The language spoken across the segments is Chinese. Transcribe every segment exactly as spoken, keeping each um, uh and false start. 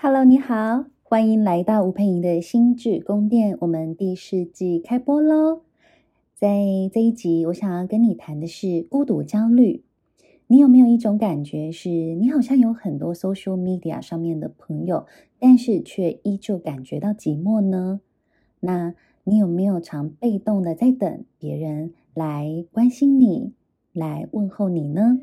Hello，你好，欢迎来到吴佩莹的心智宫殿，我们第四季开播咯。在这一集，我想要跟你谈的是孤独焦虑。你有没有一种感觉是，你好像有很多 social media 上面的朋友，但是却依旧感觉到寂寞呢？那你有没有常被动的在等别人来关心你，来问候你呢？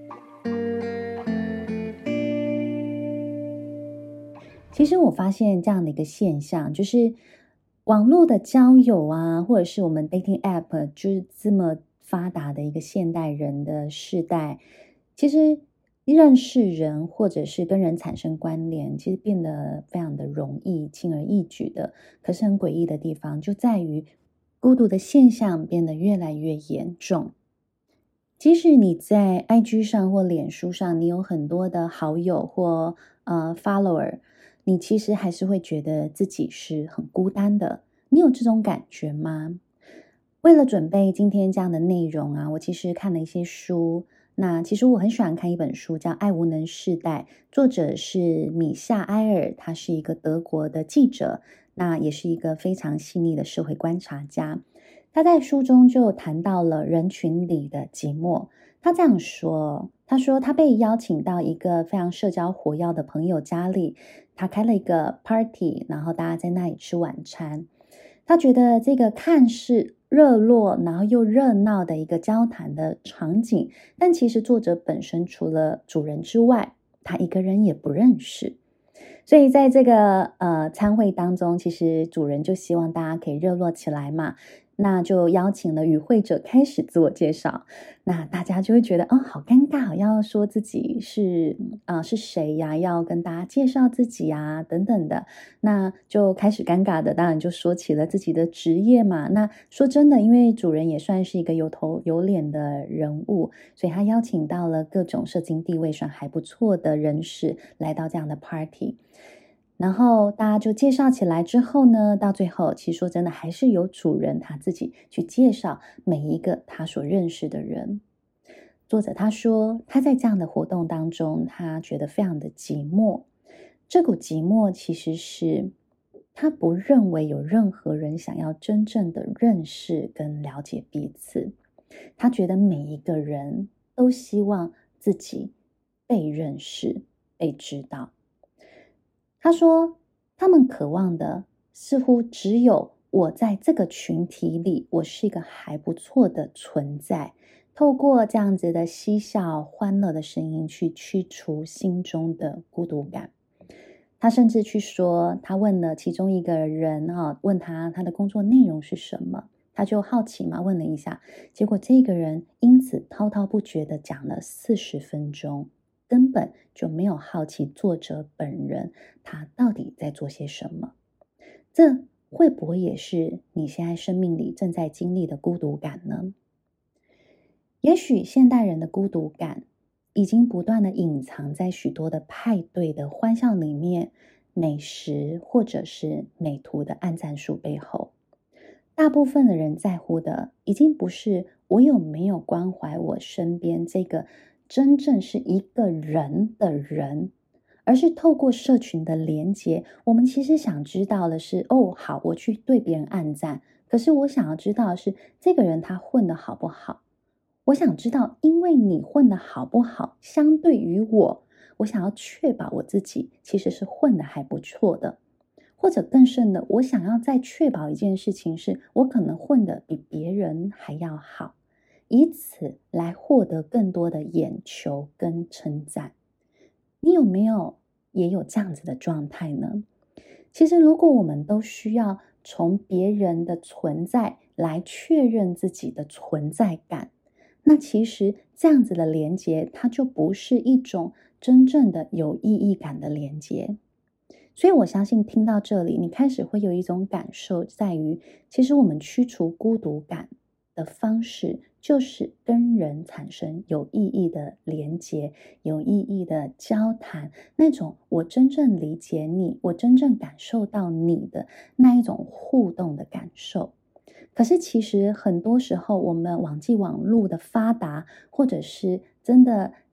其实我发现这样的一个现象，就是网络的交友啊，或者是我们 dating app 就是这么发达的一个现代人的世代，其实认识人或者是跟人产生关联，其实变得非常的容易，轻而易举的。可是很诡异的地方就在于，孤独的现象变得越来越严重。即使你在 I G 上或脸书上，你有很多的好友或呃 follower，你其实还是会觉得自己是很孤单的。你有这种感觉吗？为了准备今天这样的内容啊，我其实看了一些书。那其实我很喜欢看一本书，叫《爱无能世代》，作者是米夏埃尔，他是一个德国的记者，那也是一个非常细腻的社会观察家。他在书中就谈到了人群里的寂寞。他这样说，他说他被邀请到一个非常社交活跃的朋友家里，他开了一个 party， 然后大家在那里吃晚餐。他觉得这个看似热络，然后又热闹的一个交谈的场景，但其实作者本身除了主人之外，他一个人也不认识。所以在这个呃餐会当中，其实主人就希望大家可以热络起来嘛，那就邀请了与会者开始自我介绍。那大家就会觉得哦，好尴尬，要说自己是啊、呃、是谁呀，要跟大家介绍自己啊等等的，那就开始尴尬的，当然就说起了自己的职业嘛。那说真的，因为主人也算是一个有头有脸的人物，所以他邀请到了各种社经地位算还不错的人士来到这样的 party。然后大家就介绍起来之后呢，到最后其实说真的还是由主人他自己去介绍每一个他所认识的人。作者他说，他在这样的活动当中，他觉得非常的寂寞。这股寂寞其实是他不认为有任何人想要真正的认识跟了解彼此。他觉得每一个人都希望自己被认识、被知道。他说，他们渴望的似乎只有我在这个群体里，我是一个还不错的存在。透过这样子的嬉笑、欢乐的声音去驱除心中的孤独感。他甚至去说，他问了其中一个人啊，问他他的工作内容是什么，他就好奇嘛，问了一下，结果这个人因此滔滔不绝地讲了四十分钟。根本就没有好奇作者本人他到底在做些什么。这会不会也是你现在生命里正在经历的孤独感呢？也许现代人的孤独感已经不断的隐藏在许多的派对的欢笑里面，美食或者是美图的按赞数背后。大部分的人在乎的已经不是我有没有关怀我身边这个真正是一个人的人，而是透过社群的连结，我们其实想知道的是，哦，好，我去对别人按赞，可是我想要知道的是，这个人他混得好不好？我想知道，因为你混得好不好，相对于我，我想要确保我自己其实是混得还不错的。或者更甚的，我想要再确保一件事情是，我可能混得比别人还要好，以此来获得更多的眼球跟称赞。你有没有也有这样子的状态呢？其实如果我们都需要从别人的存在来确认自己的存在感，那其实这样子的连结，它就不是一种真正的有意义感的连结。所以我相信听到这里，你开始会有一种感受，在于其实我们驱除孤独感的方式，就是跟人产生有意义的连结，有意义的交谈，那种我真正理解你，我真正感受到你的那一种互动的感受。可是其实很多时候，我们网际网络的发达，或者是真的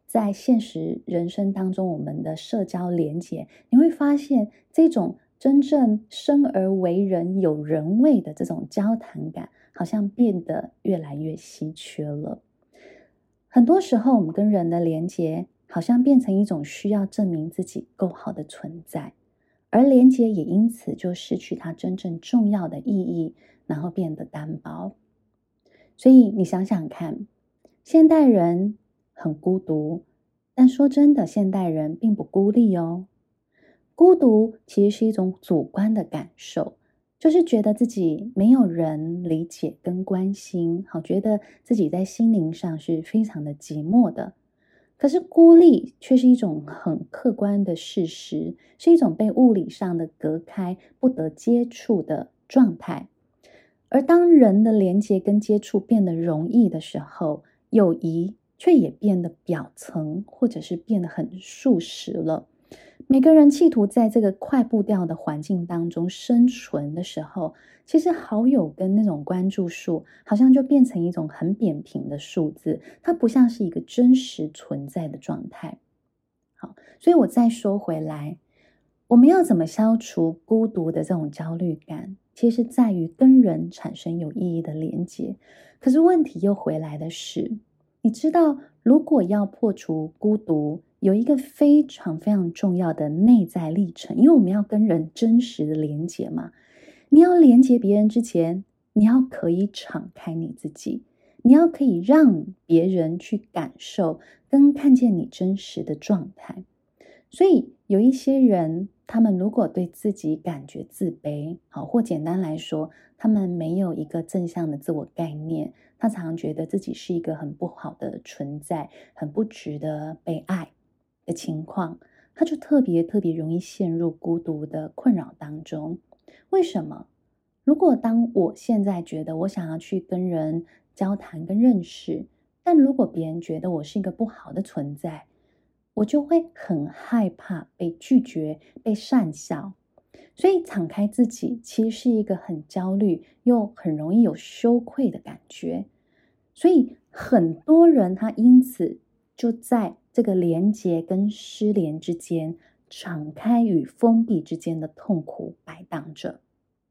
在现实人生当中我们的社交连结，你会发现这种真正生而为人有人味的这种交谈感好像变得越来越稀缺了。很多时候我们跟人的连结好像变成一种需要证明自己够好的存在，而连结也因此就失去它真正重要的意义，然后变得单薄。所以你想想看，现代人很孤独，但说真的，现代人并不孤立哦。孤独其实是一种主观的感受，就是觉得自己没有人理解跟关心，好，觉得自己在心灵上是非常的寂寞的。可是孤立却是一种很客观的事实，是一种被物理上的隔开、不得接触的状态。而当人的连结跟接触变得容易的时候，友谊却也变得表层，或者是变得很速食了。每个人企图在这个快步调的环境当中生存的时候，其实好友跟那种关注数好像就变成一种很扁平的数字，它不像是一个真实存在的状态。好，所以我再说回来，我们要怎么消除孤独的这种焦虑感，其实在于跟人产生有意义的连结。可是问题又回来的是，你知道如果要破除孤独，有一个非常非常重要的内在历程，因为我们要跟人真实的连结嘛。你要连结别人之前，你要可以敞开你自己，你要可以让别人去感受跟看见你真实的状态。所以有一些人，他们如果对自己感觉自卑，好，或简单来说，他们没有一个正向的自我概念，他常常觉得自己是一个很不好的存在，很不值得被爱的情况，他就特别特别容易陷入孤独的困扰当中。为什么？如果当我现在觉得我想要去跟人交谈跟认识，但如果别人觉得我是一个不好的存在，我就会很害怕被拒绝、被讪笑。所以敞开自己其实是一个很焦虑又很容易有羞愧的感觉。所以很多人他因此就在这个连结跟失联之间，敞开与封闭之间的痛苦摆荡着。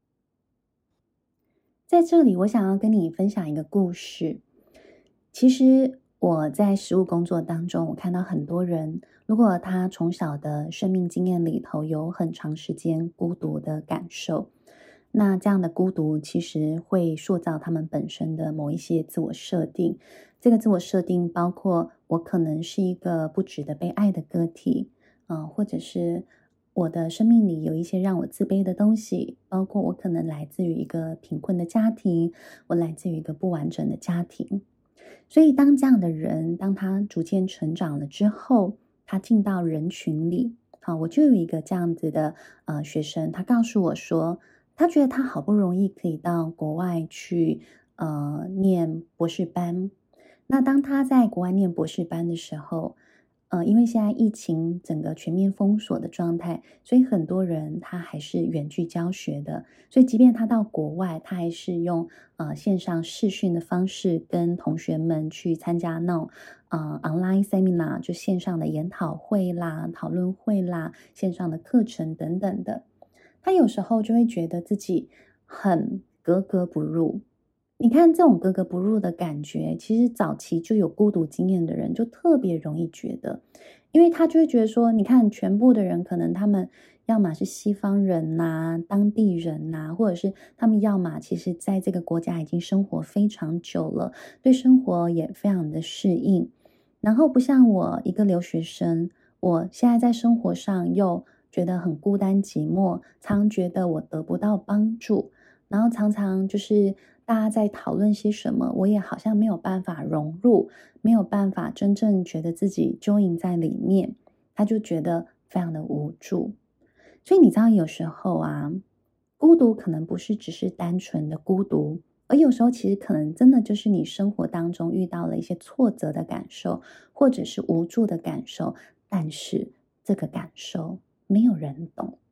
在这里我想要跟你分享一个故事。其实我在实务工作当中，我看到很多人，如果他从小的生命经验里头有很长时间孤独的感受，那这样的孤独其实会塑造他们本身的某一些自我设定。这个自我设定包括我可能是一个不值得被爱的个体，呃，或者是我的生命里有一些让我自卑的东西，包括我可能来自于一个贫困的家庭，我来自于一个不完整的家庭。所以当这样的人，当他逐渐成长了之后，他进到人群里，好，我就有一个这样子的呃学生，他告诉我说，他觉得他好不容易可以到国外去呃念博士班。那当他在国外念博士班的时候，呃，因为现在疫情整个全面封锁的状态，所以很多人他还是远距教学的。所以即便他到国外，他还是用呃线上视讯的方式跟同学们去参加那种呃 online seminar， 就线上的研讨会啦、讨论会啦、线上的课程等等的。他有时候就会觉得自己很格格不入。你看这种格格不入的感觉，其实早期就有孤独经验的人就特别容易觉得，因为他就会觉得说，你看全部的人可能他们要么是西方人呐、当地人呐、或者是他们要么其实在这个国家已经生活非常久了，对生活也非常的适应。然后不像我一个留学生，我现在在生活上又觉得很孤单寂寞，常觉得我得不到帮助，然后常常就是大家在讨论些什么，我也好像没有办法融入，没有办法真正觉得自己 join 在里面，他就觉得非常的无助。所以你知道有时候啊，孤独可能不是只是单纯的孤独，而有时候其实可能真的就是你生活当中遇到了一些挫折的感受，或者是无助的感受，但是这个感受没有人懂，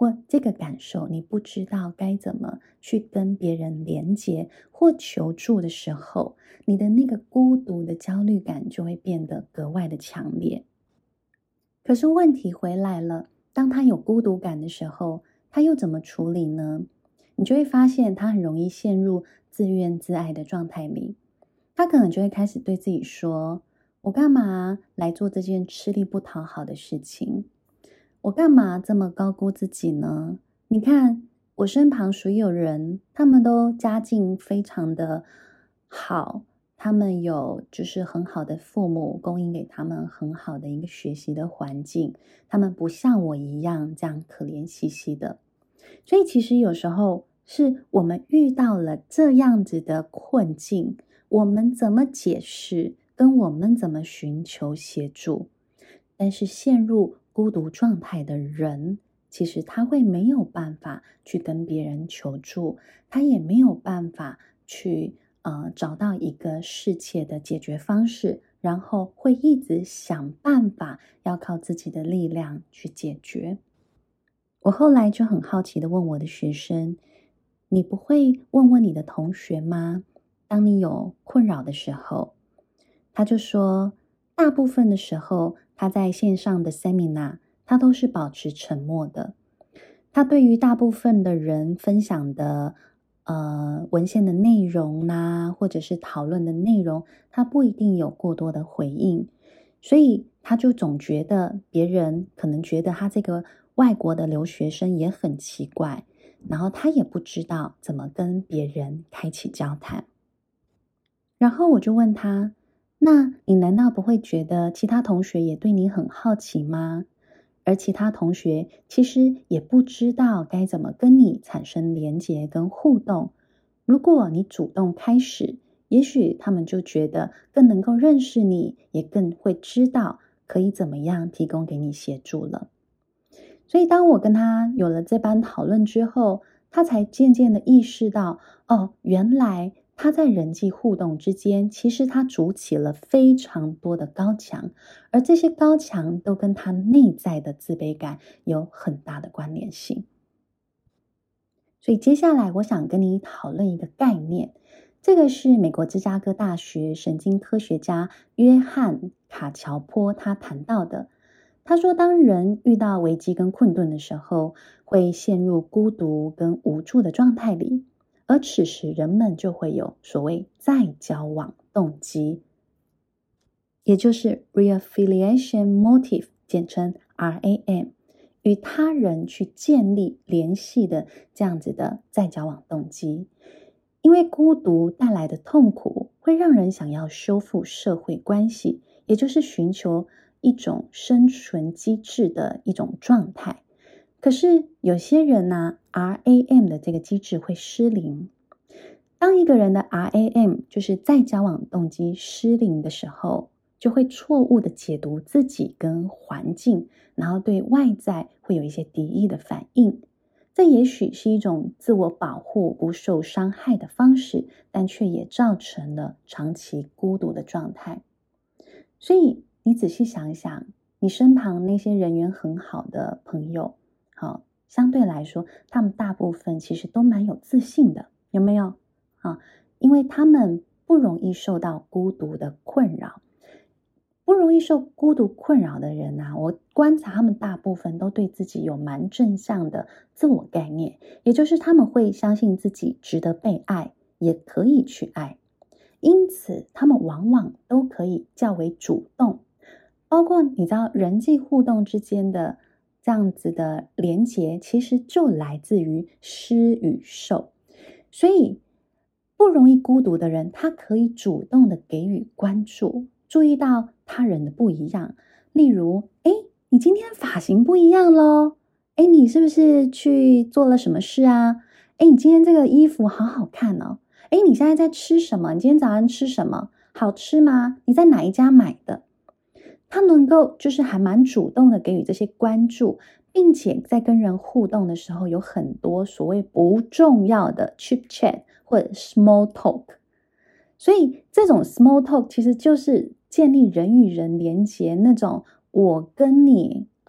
或这个感受你不知道该怎么去跟别人连接或求助的时候，你的那个孤独的焦虑感就会变得格外的强烈。可是问题回来了，当他有孤独感的时候，他又怎么处理呢？你就会发现他很容易陷入自怨自艾的状态里。他可能就会开始对自己说，我干嘛来做这件吃力不讨好的事情？我干嘛这么高估自己呢？你看我身旁所有人，他们都家境非常的好，他们有就是很好的父母供应给他们很好的一个学习的环境，他们不像我一样这样可怜兮兮的。所以其实有时候是我们遇到了这样子的困境，我们怎么解释，跟我们怎么寻求协助。但是陷入孤独状态的人，其实他会没有办法去跟别人求助，他也没有办法去呃找到一个适切的解决方式，然后会一直想办法要靠自己的力量去解决。我后来就很好奇的问我的学生，你不会问问你的同学吗？当你有困扰的时候，他就说，大部分的时候他在线上的 seminar， 他都是保持沉默的。他对于大部分的人分享的呃文献的内容啦，或者是讨论的内容，他不一定有过多的回应，所以他就总觉得别人可能觉得他这个外国的留学生也很奇怪，然后他也不知道怎么跟别人开启交谈。然后我就问他，那你难道不会觉得其他同学也对你很好奇吗？而其他同学其实也不知道该怎么跟你产生连结跟互动。如果你主动开始，也许他们就觉得更能够认识你，也更会知道可以怎么样提供给你协助了。所以当我跟他有了这般讨论之后，他才渐渐的意识到，哦，原来他在人际互动之间，其实他筑起了非常多的高墙，而这些高墙都跟他内在的自卑感有很大的关联性。所以接下来我想跟你讨论一个概念，这个是美国芝加哥大学神经科学家约翰卡乔坡他谈到的。他说，当人遇到危机跟困顿的时候，会陷入孤独跟无助的状态里，而此时人们就会有所谓再交往动机，也就是 Reaffiliation Motive， 简称 R A M， 与他人去建立联系的这样子的再交往动机。因为孤独带来的痛苦会让人想要修复社会关系，也就是寻求一种生存机制的一种状态。可是有些人呢、啊、R A M 的这个机制会失灵。当一个人的 R A M 就是再交往动机失灵的时候，就会错误的解读自己跟环境，然后对外在会有一些敌意的反应。这也许是一种自我保护不受伤害的方式，但却也造成了长期孤独的状态。所以你仔细想一想，你身旁那些人缘很好的朋友，好，相对来说他们大部分其实都蛮有自信的，有没有？啊，因为他们不容易受到孤独的困扰。不容易受孤独困扰的人啊，我观察他们大部分都对自己有蛮正向的自我概念，也就是他们会相信自己值得被爱，也可以去爱。因此他们往往都可以较为主动，包括你知道人际互动之间的这样子的连结，其实就来自于施与受。所以不容易孤独的人，他可以主动的给予关注，注意到他人的不一样。例如，诶，你今天发型不一样咯，诶，你是不是去做了什么事啊？诶，你今天这个衣服好好看哦。诶，你现在在吃什么？你今天早上吃什么？好吃吗？你在哪一家买的？他能够就是还蛮主动的给予这些关注，并且在跟人互动的时候有很多所谓不重要的 chit chat 或者 small talk。 所以这种 small talk 其实就是建立人与人连结，那种我跟你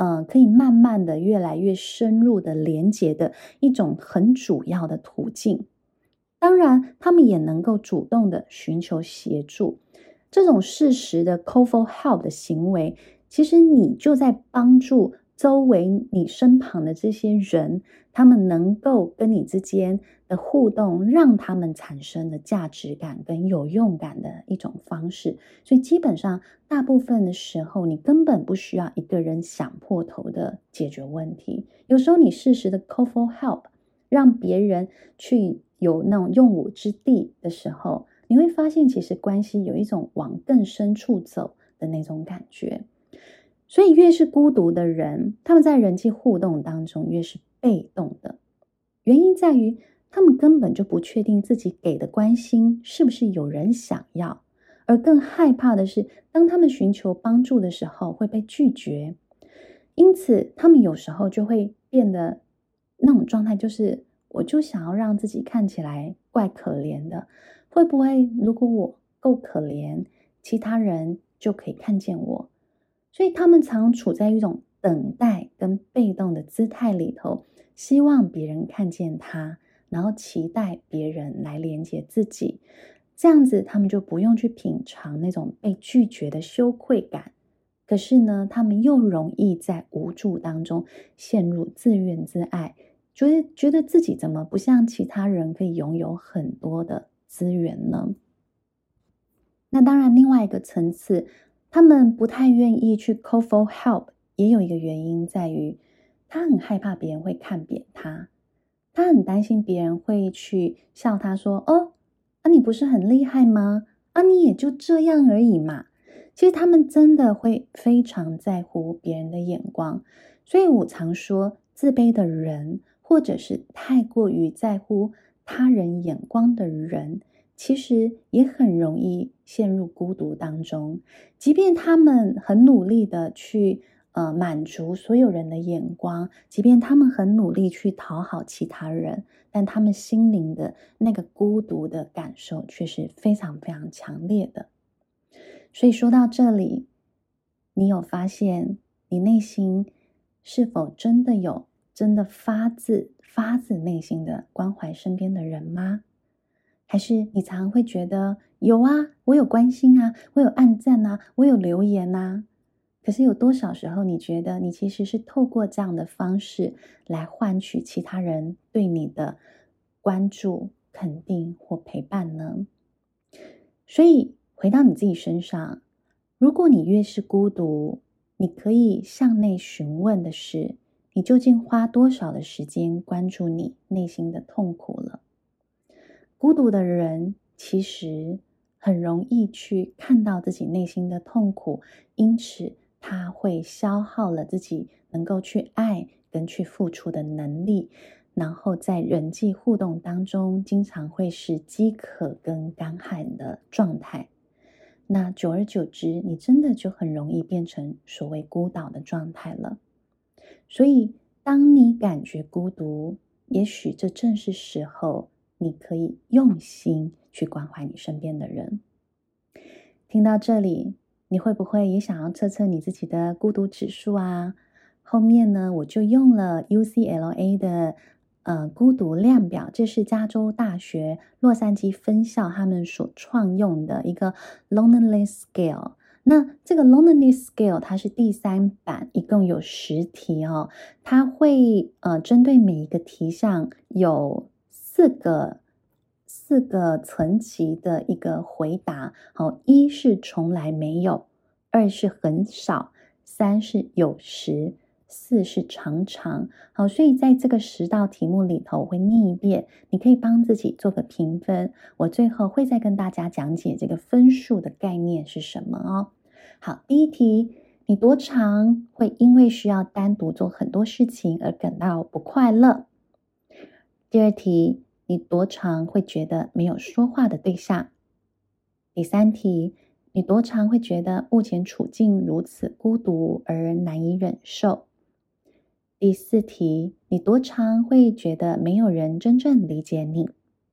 呃，可以慢慢的越来越深入的连结的一种很主要的途径。当然，他们也能够主动的寻求协助。这种适时的 call for help 的行为，其实你就在帮助周围你身旁的这些人，他们能够跟你之间的互动，让他们产生的价值感跟有用感的一种方式。所以基本上大部分的时候，你根本不需要一个人想破头的解决问题。有时候你适时的 call for help，让别人去有那种用武之地的时候，你会发现其实关系有一种往更深处走的那种感觉。所以越是孤独的人，他们在人际互动当中越是被动的。原因在于他们根本就不确定自己给的关心是不是有人想要，而更害怕的是当他们寻求帮助的时候会被拒绝。因此他们有时候就会变得那种状态，就是我就想要让自己看起来怪可怜的，会不会如果我够可怜，其他人就可以看见我。所以他们常处在一种等待跟被动的姿态里头，希望别人看见他，然后期待别人来连接自己。这样子他们就不用去品尝那种被拒绝的羞愧感。可是呢，他们又容易在无助当中陷入自怨自艾，觉得觉得自己怎么不像其他人可以拥有很多的资源呢？那当然另外一个层次，他们不太愿意去 call for help， 也有一个原因在于他很害怕别人会看扁他，他很担心别人会去笑他说，哦，啊你不是很厉害吗？啊你也就这样而已嘛。其实他们真的会非常在乎别人的眼光。所以我常说，自卑的人或者是太过于在乎他人眼光的人，其实也很容易陷入孤独当中。即便他们很努力的去呃满足所有人的眼光，即便他们很努力去讨好其他人，但他们心灵的那个孤独的感受却是非常非常强烈的。所以说到这里，你有发现你内心是否真的有真的发自发自内心的关怀身边的人吗？还是你常常会觉得有啊，我有关心啊，我有按赞啊，我有留言啊，可是有多少时候你觉得你其实是透过这样的方式来换取其他人对你的关注、肯定或陪伴呢？所以回到你自己身上，如果你越是孤独，你可以向内询问的是，你究竟花多少的时间关注你内心的痛苦了？孤独的人其实很容易去看到自己内心的痛苦，因此他会消耗了自己能够去爱跟去付出的能力，然后在人际互动当中经常会是饥渴跟干旱的状态。那久而久之，你真的就很容易变成所谓孤岛的状态了。所以当你感觉孤独，也许这正是时候你可以用心去关怀你身边的人。听到这里，你会不会也想要测测你自己的孤独指数啊？后面呢，我就用了 U C L A 的呃孤独量表，这是加州大学洛杉矶分校他们所创用的一个 Loneliness Scale。那这个 Loneliness Scale 它是第三版，一共有十题哦。它会呃针对每一个题项有四个四个层级的一个回答。好，一是从来没有，二是很少，三是有时，四是常常。好，所以在这个十道题目里头，我会念一遍，你可以帮自己做个评分。我最后会再跟大家讲解这个分数的概念是什么哦。好，第一题，你多常会因为需要单独做很多事情而感到不快乐？第二题，你多常会觉得没有说话的对象？第三题，你多常会觉得目前处境如此孤独而难以忍受？第四题，你多常会觉得没有人真正理解你？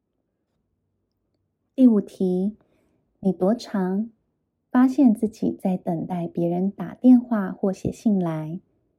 第五题，你多常发现自己在等待别人打电话或写信来？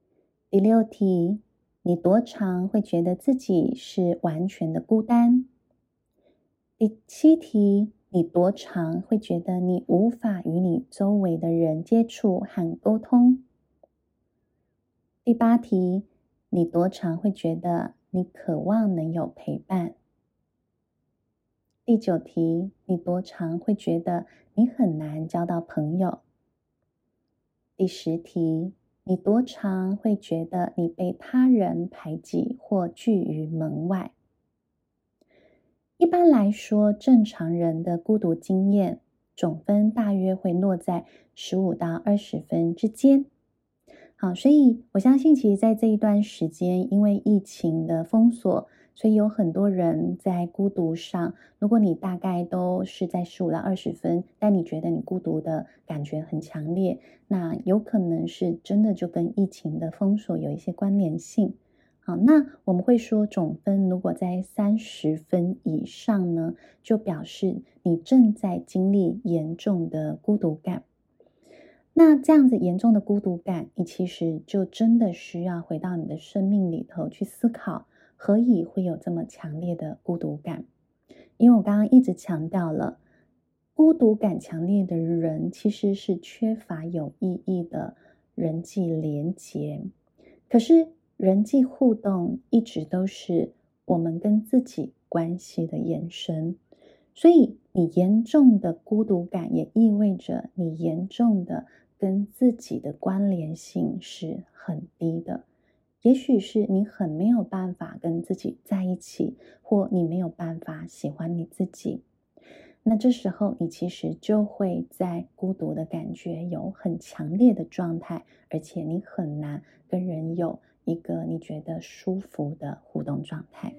第六题，你多常会觉得自己是完全的孤单？第七题，你多常会觉得你无法与你周围的人接触和沟通？第八题，你多常会觉得你渴望能有陪伴？第九题，你多常会觉得你很难交到朋友？第十题，你多常会觉得你被他人排挤或拒于门外？一般来说，正常人的孤独经验总分大约会落在十五到二十分之间。好，所以我相信其实在这一段时间，因为疫情的封锁，所以有很多人在孤独上，如果你大概都是在十五到二十分，但你觉得你孤独的感觉很强烈，那有可能是真的就跟疫情的封锁有一些关联性。好，那我们会说总分如果在三十分以上呢，就表示你正在经历严重的孤独感。那这样子严重的孤独感，你其实就真的需要回到你的生命里头去思考，何以会有这么强烈的孤独感？因为我刚刚一直强调了，孤独感强烈的人其实是缺乏有意义的人际连结。可是人际互动一直都是我们跟自己关系的延伸，所以你严重的孤独感也意味着你严重的跟自己的关联性是很低的，也许是你很没有办法跟自己在一起，或你没有办法喜欢你自己。那这时候你其实就会在孤独的感觉有很强烈的状态，而且你很难跟人有一个你觉得舒服的互动状态。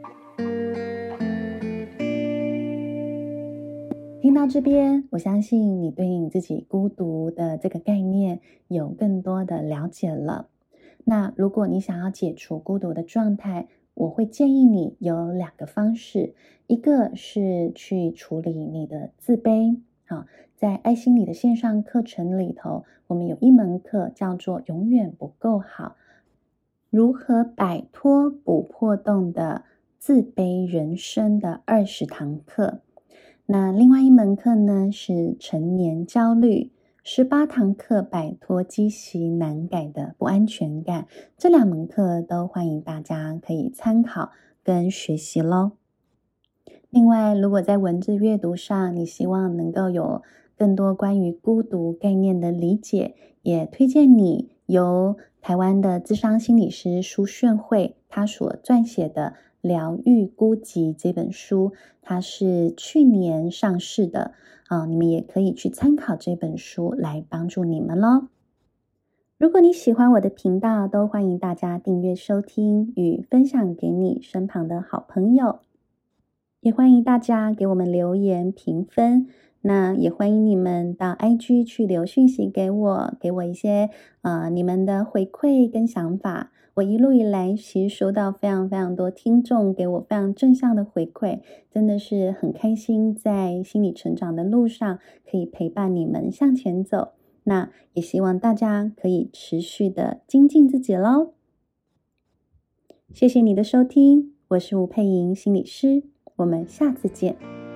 听到这边，我相信你对你自己孤独的这个概念有更多的了解了。那如果你想要解除孤独的状态，我会建议你有两个方式，一个是去处理你的自卑。好，在爱心理的线上课程里头，我们有一门课叫做永远不够好，如何摆脱补破洞的自卑人生的二十堂课。那另外一门课呢，是成年焦虑十八堂课，摆脱积习难改的不安全感。这两门课都欢迎大家可以参考跟学习咯。另外，如果在文字阅读上，你希望能够有更多关于孤独概念的理解，也推荐你由台湾的諮商心理师苏炫慧他所撰写的《疗愈孤寂》这本书，它是去年上市的啊，你们也可以去参考这本书来帮助你们咯。如果你喜欢我的频道，都欢迎大家订阅收听与分享给你身旁的好朋友，也欢迎大家给我们留言评分。那也欢迎你们到 I G 去留讯息给我，给我一些呃你们的回馈跟想法。我一路以来其实收到非常非常多听众给我非常正向的回馈，真的是很开心，在心理成长的路上可以陪伴你们向前走。那也希望大家可以持续的精进自己咯。谢谢你的收听，我是吴姵莹心理师，我们下次见。